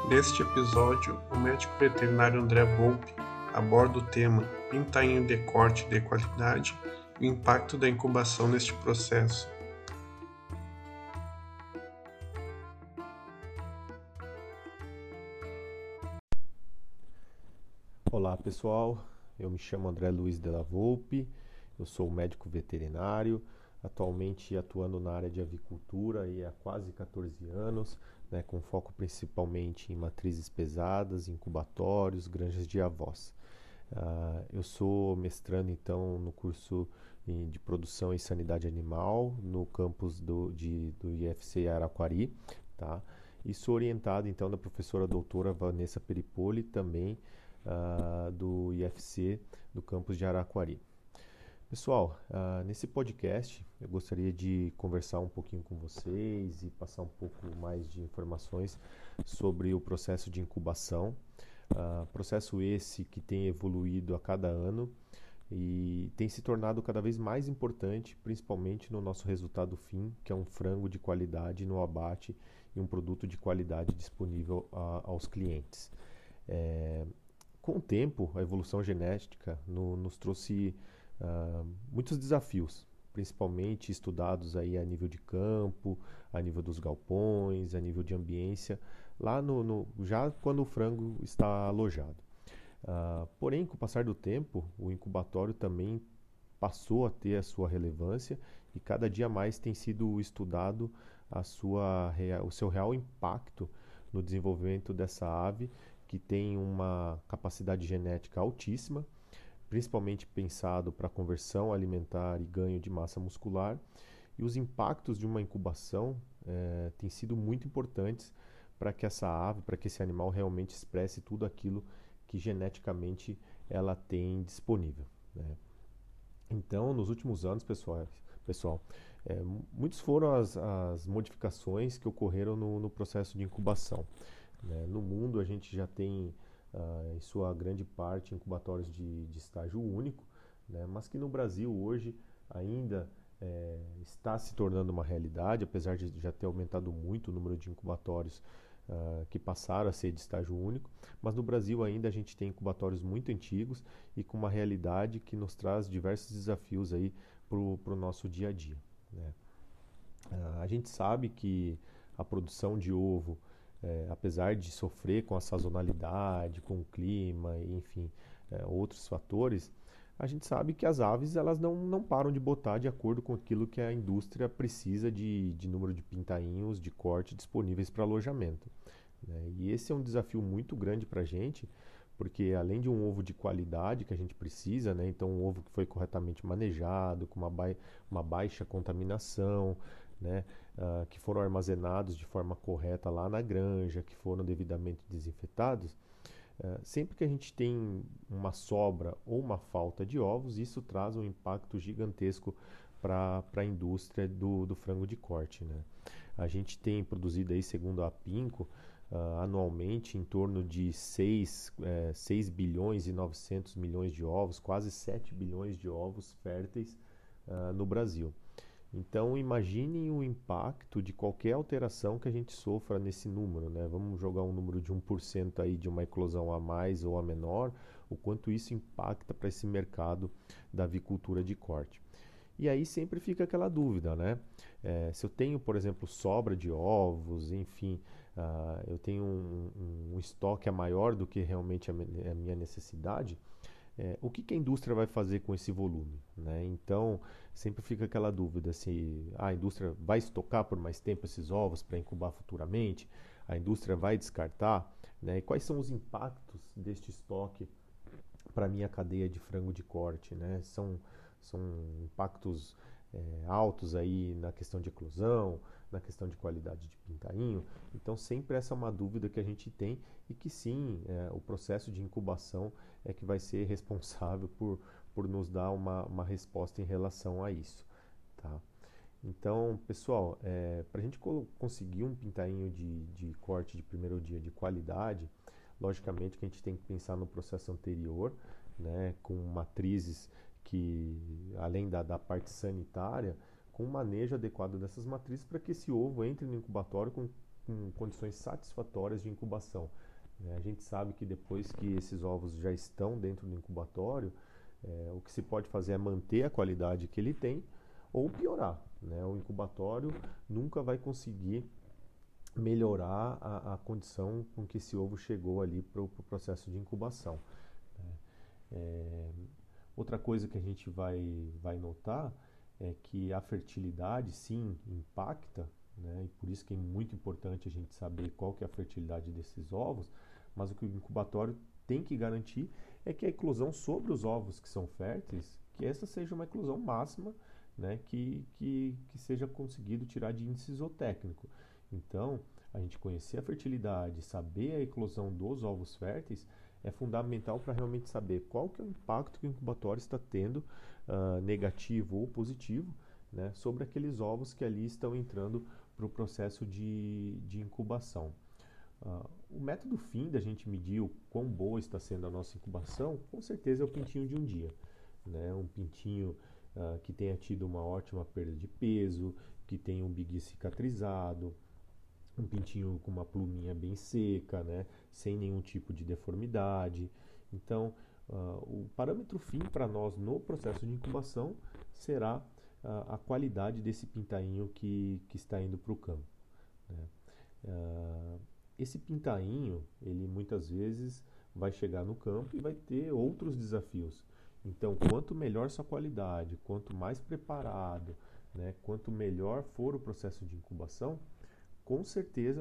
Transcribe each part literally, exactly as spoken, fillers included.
Neste episódio, o médico veterinário André Volpi aborda o tema pintainho de corte de qualidade e o impacto da incubação neste processo. Olá pessoal, eu me chamo André Luiz Della Volpi, eu sou médico veterinário, atualmente atuando na área de avicultura e há quase quatorze anos, né, com foco principalmente em matrizes pesadas, incubatórios, granjas de avós. Uh, eu sou mestrando então no curso de produção e sanidade animal no campus do, de, do I F C Araquari, tá? E sou orientado então da professora doutora Vanessa Peripoli, também uh, do I F C do campus de Araquari. Pessoal, uh, nesse podcast eu gostaria de conversar um pouquinho com vocês e passar um pouco mais de informações sobre o processo de incubação. Uh, processo esse que tem evoluído a cada ano e tem se tornado cada vez mais importante, principalmente no nosso resultado fim, que é um frango de qualidade no abate e um produto de qualidade disponível a, aos clientes. É, com o tempo, a evolução genética no, nos trouxe uh, muitos desafios, principalmente estudados aí a nível de campo, a nível dos galpões, a nível de ambiência, lá no, no já quando o frango está alojado. Uh, porém, com o passar do tempo, o incubatório também passou a ter a sua relevância e cada dia mais tem sido estudado a sua, o seu real impacto no desenvolvimento dessa ave que tem uma capacidade genética altíssima, principalmente pensado para conversão alimentar e ganho de massa muscular. E os impactos de uma incubação eh, têm sido muito importantes para que essa ave, para que esse animal realmente expresse tudo aquilo que geneticamente ela tem disponível, né? Então, nos últimos anos, pessoal, pessoal é, muitos foram as, as modificações que ocorreram no, no processo de incubação, né? No mundo, a gente já tem, uh, em sua grande parte, incubatórios de, de estágio único, né? Mas que no Brasil, hoje, ainda é, está se tornando uma realidade, apesar de já ter aumentado muito o número de incubatórios Uh, que passaram a ser de estágio único, mas no Brasil ainda a gente tem incubatórios muito antigos e com uma realidade que nos traz diversos desafios aí para o nosso dia a dia, né? Uh, a gente sabe que a produção de ovo, é, apesar de sofrer com a sazonalidade, com o clima, enfim, é, outros fatores, a gente sabe que as aves elas não, não param de botar de acordo com aquilo que a indústria precisa de, de número de pintainhos de corte disponíveis para alojamento, né? E esse é um desafio muito grande para a gente, porque além de um ovo de qualidade que a gente precisa, né, então um ovo que foi corretamente manejado, com uma, bai uma baixa contaminação, né, uh, que foram armazenados de forma correta lá na granja, que foram devidamente desinfetados. Uh, sempre que a gente tem uma sobra ou uma falta de ovos, isso traz um impacto gigantesco para a indústria do, do frango de corte, né? A gente tem produzido aí, segundo a Pinco, uh, anualmente em torno de seis, eh, seis bilhões e novecentos milhões de ovos, quase sete bilhões de ovos férteis uh, no Brasil. Então imaginem o impacto de qualquer alteração que a gente sofra nesse número, né? Vamos jogar um número de um por cento aí de uma eclosão a mais ou a menor, o quanto isso impacta para esse mercado da avicultura de corte. E aí sempre fica aquela dúvida, né? É, se eu tenho, por exemplo, sobra de ovos, enfim, uh, eu tenho um, um, um estoque maior do que realmente a, a minha necessidade, é, o que, que a indústria vai fazer com esse volume, né? Então, sempre fica aquela dúvida se ah, a indústria vai estocar por mais tempo esses ovos para incubar futuramente, a indústria vai descartar, né? E quais são os impactos deste estoque para a minha cadeia de frango de corte, né? São, são impactos é, altos aí na questão de eclosão, na questão de qualidade de pintainho. Então, sempre essa é uma dúvida que a gente tem e que sim, é, o processo de incubação é que vai ser responsável por, por nos dar uma, uma resposta em relação a isso, tá? Então, pessoal, é, para a gente conseguir um pintainho de, de corte de primeiro dia de qualidade, logicamente que a gente tem que pensar no processo anterior, né, com matrizes que, além da, da parte sanitária, com um manejo adequado dessas matrizes para que esse ovo entre no incubatório com com condições satisfatórias de incubação. A gente sabe que depois que esses ovos já estão dentro do incubatório, é, o que se pode fazer é manter a qualidade que ele tem ou piorar, né? O incubatório nunca vai conseguir melhorar a, a condição com que esse ovo chegou ali para o pro processo de incubação. É, outra coisa que a gente vai, vai notar é que a fertilidade sim impacta, né? E por isso que é muito importante a gente saber qual que é a fertilidade desses ovos, mas o que o incubatório tem que garantir é que a eclosão sobre os ovos que são férteis, que essa seja uma eclosão máxima, né? que, que, que seja conseguido tirar de índice zootécnico. Então, a gente conhecer a fertilidade, saber a eclosão dos ovos férteis, é fundamental para realmente saber qual que é o impacto que o incubatório está tendo, uh, negativo ou positivo, né, sobre aqueles ovos que ali estão entrando para o processo de, de incubação. Uh, o método fim da gente medir o quão boa está sendo a nossa incubação, com certeza é o pintinho de um dia. Né? Um pintinho uh, que tenha tido uma ótima perda de peso, que tenha um bigue cicatrizado, um pintinho com uma pluminha bem seca, né? Sem nenhum tipo de deformidade. Então, uh, o parâmetro fim para nós no processo de incubação será uh, a qualidade desse pintainho que, que está indo para o campo. Né? Uh, esse pintainho, ele muitas vezes vai chegar no campo e vai ter outros desafios. Então, quanto melhor sua qualidade, quanto mais preparado, né? Quanto melhor for o processo de incubação, com certeza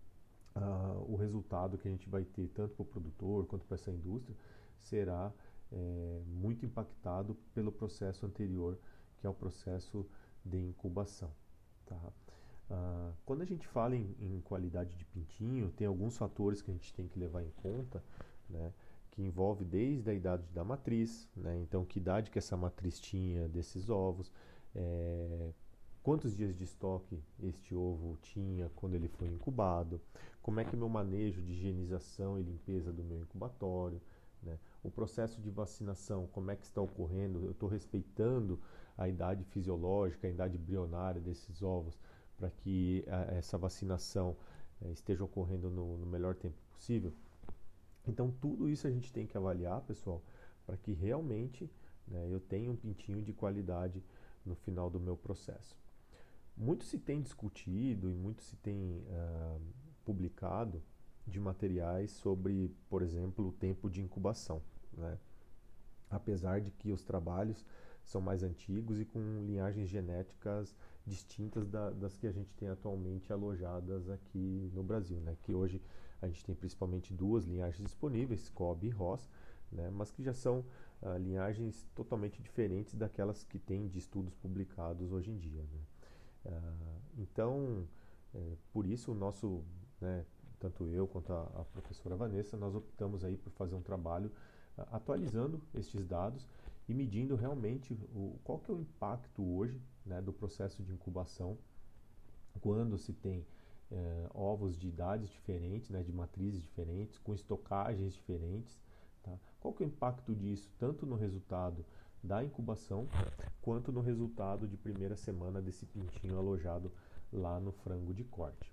uh, o resultado que a gente vai ter tanto para o produtor quanto para essa indústria será é, muito impactado pelo processo anterior, que é o processo de incubação. Tá? Uh, quando a gente fala em, em qualidade de pintinho, tem alguns fatores que a gente tem que levar em conta, né, que envolve desde a idade da matriz, né, então que idade que essa matriz tinha desses ovos, é, quantos dias de estoque este ovo tinha quando ele foi incubado, como é que é meu manejo de higienização e limpeza do meu incubatório, né? O processo de vacinação, como é que está ocorrendo, eu estou respeitando a idade fisiológica, a idade embrionária desses ovos, para que a, essa vacinação é, esteja ocorrendo no, no melhor tempo possível. Então tudo isso a gente tem que avaliar, pessoal, para que realmente, né, eu tenha um pintinho de qualidade no final do meu processo. Muito se tem discutido e muito se tem uh, publicado de materiais sobre, por exemplo, o tempo de incubação, né? Apesar de que os trabalhos são mais antigos e com linhagens genéticas distintas da, das que a gente tem atualmente alojadas aqui no Brasil, né? Que hoje a gente tem principalmente duas linhagens disponíveis, C O B e Ross, né? Mas que já são uh, linhagens totalmente diferentes daquelas que tem de estudos publicados hoje em dia, né? Uh, então, é, por isso o nosso, né, tanto eu quanto a, a professora Vanessa, nós optamos aí por fazer um trabalho uh, atualizando estes dados e medindo realmente o, qual que é o impacto hoje, né, do processo de incubação quando se tem é, ovos de idades diferentes, né, de matrizes diferentes, com estocagens diferentes. Tá? Qual que é o impacto disso, tanto no resultado da incubação, quanto no resultado de primeira semana desse pintinho alojado lá no frango de corte.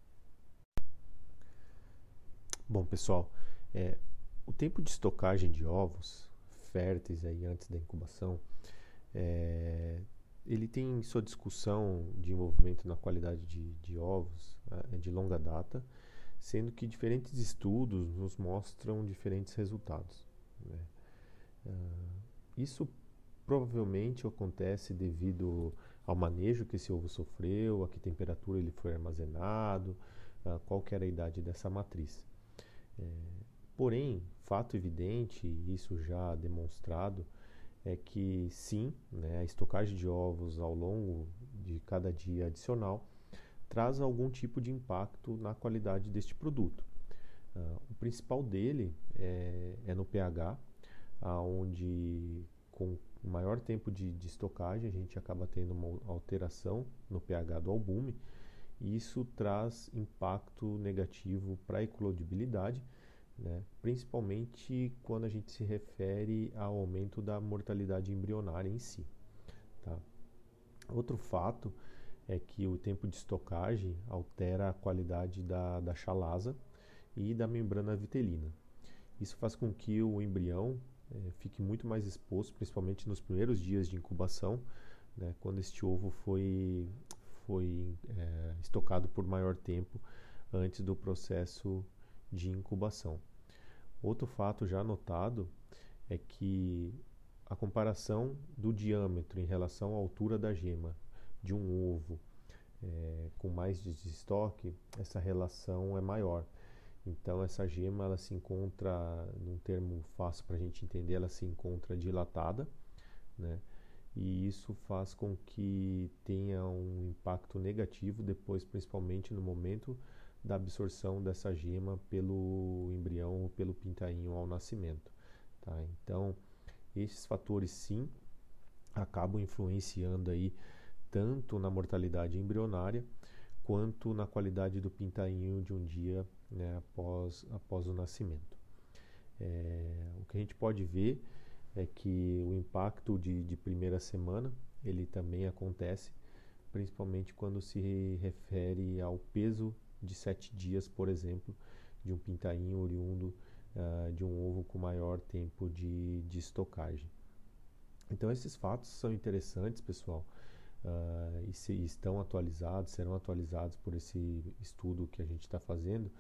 Bom, pessoal, é, o tempo de estocagem de ovos férteis aí antes da incubação, é, ele tem sua discussão de envolvimento na qualidade de, de ovos é, de longa data, sendo que diferentes estudos nos mostram diferentes resultados. Né? Uh, isso provavelmente acontece devido ao manejo que esse ovo sofreu, a que temperatura ele foi armazenado, uh, qual que era a idade dessa matriz. É, porém, fato evidente, e isso já demonstrado, é que sim, né, a estocagem de ovos ao longo de cada dia adicional traz algum tipo de impacto na qualidade deste produto. Uh, o principal dele é, é no pH, onde com maior tempo de, de estocagem a gente acaba tendo uma alteração no pH do albume e isso traz impacto negativo para a eclodibilidade, né? Principalmente quando a gente se refere ao aumento da mortalidade embrionária em si. Tá? Outro fato é que o tempo de estocagem altera a qualidade da, da chalasa e da membrana vitelina. Isso faz com que o embrião é, fique muito mais exposto, principalmente nos primeiros dias de incubação, né, quando este ovo foi, foi é, estocado por maior tempo antes do processo de incubação. Outro fato já notado é que a comparação do diâmetro em relação à altura da gema de um ovo é, com mais de estoque, essa relação é maior. Então essa gema ela se encontra, num termo fácil para a gente entender, ela se encontra dilatada, né? E isso faz com que tenha um impacto negativo depois, principalmente no momento da absorção dessa gema pelo embrião ou pelo pintainho ao nascimento, tá? Então esses fatores sim acabam influenciando aí tanto na mortalidade embrionária quanto na qualidade do pintainho de um dia, né, após, após o nascimento. É, o que a gente pode ver é que o impacto de, de primeira semana ele também acontece, principalmente quando se refere ao peso de sete dias, por exemplo, de um pintainho oriundo uh, de um ovo com maior tempo de, de estocagem. Então esses fatos são interessantes, pessoal, uh, e se estão atualizados, serão atualizados por esse estudo que a gente está fazendo,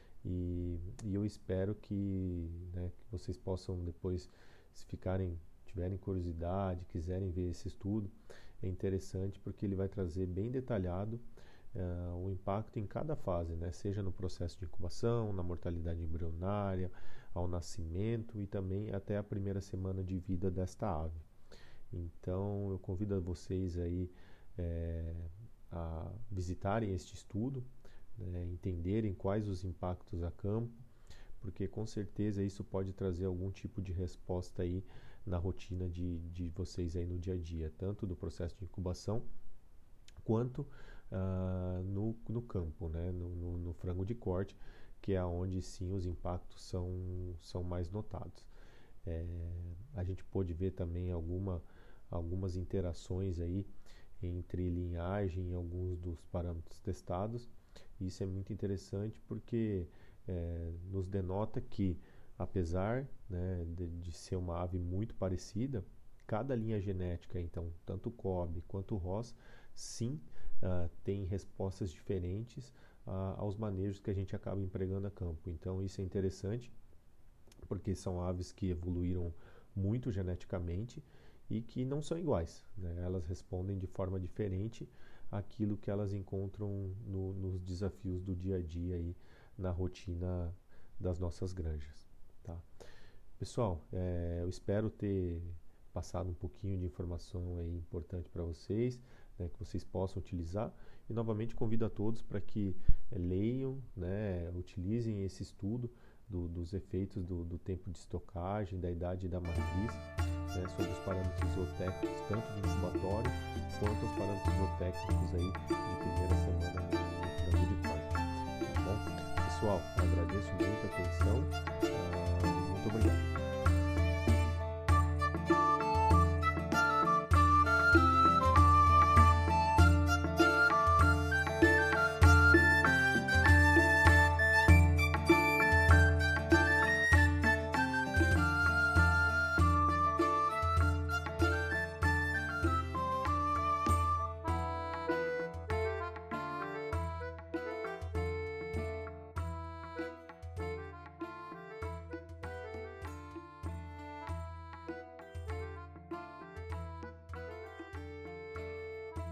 e, e eu espero que, né, que vocês possam depois, se ficarem, tiverem curiosidade, quiserem ver esse estudo, é interessante porque ele vai trazer bem detalhado uh, o impacto em cada fase, né, seja no processo de incubação, na mortalidade embrionária, ao nascimento e também até a primeira semana de vida desta ave. Então eu convido vocês aí é, a visitarem este estudo, né, entenderem quais os impactos a campo, porque com certeza isso pode trazer algum tipo de resposta aí na rotina de, de vocês aí no dia a dia, tanto do processo de incubação quanto uh, no, no campo, né, no, no, no frango de corte, que é onde sim os impactos são, são mais notados. É, a gente pôde ver também alguma, algumas interações aí entre linhagem e alguns dos parâmetros testados. Isso é muito interessante porque é, nos denota que, apesar, né, de, de ser uma ave muito parecida, cada linha genética, então, tanto o Kobe quanto o Ross, sim, uh, tem respostas diferentes uh, aos manejos que a gente acaba empregando a campo. Então isso é interessante, porque são aves que evoluíram muito geneticamente e que não são iguais, né? Elas respondem de forma diferente àquilo que elas encontram no, nos desafios do dia a dia aí, na rotina das nossas granjas, tá? Pessoal, é, eu espero ter passado um pouquinho de informação aí importante para vocês, né, que vocês possam utilizar, e novamente convido a todos para que é, leiam, né, utilizem esse estudo do, dos efeitos do, do tempo de estocagem, da idade da matriz, né, sobre os parâmetros zootécnicos, tanto de incubatório quanto os parâmetros zootécnicos aí de primeira semana no frango de corte, tá bom? Pessoal, eu agradeço muito a atenção, uh, muito obrigado.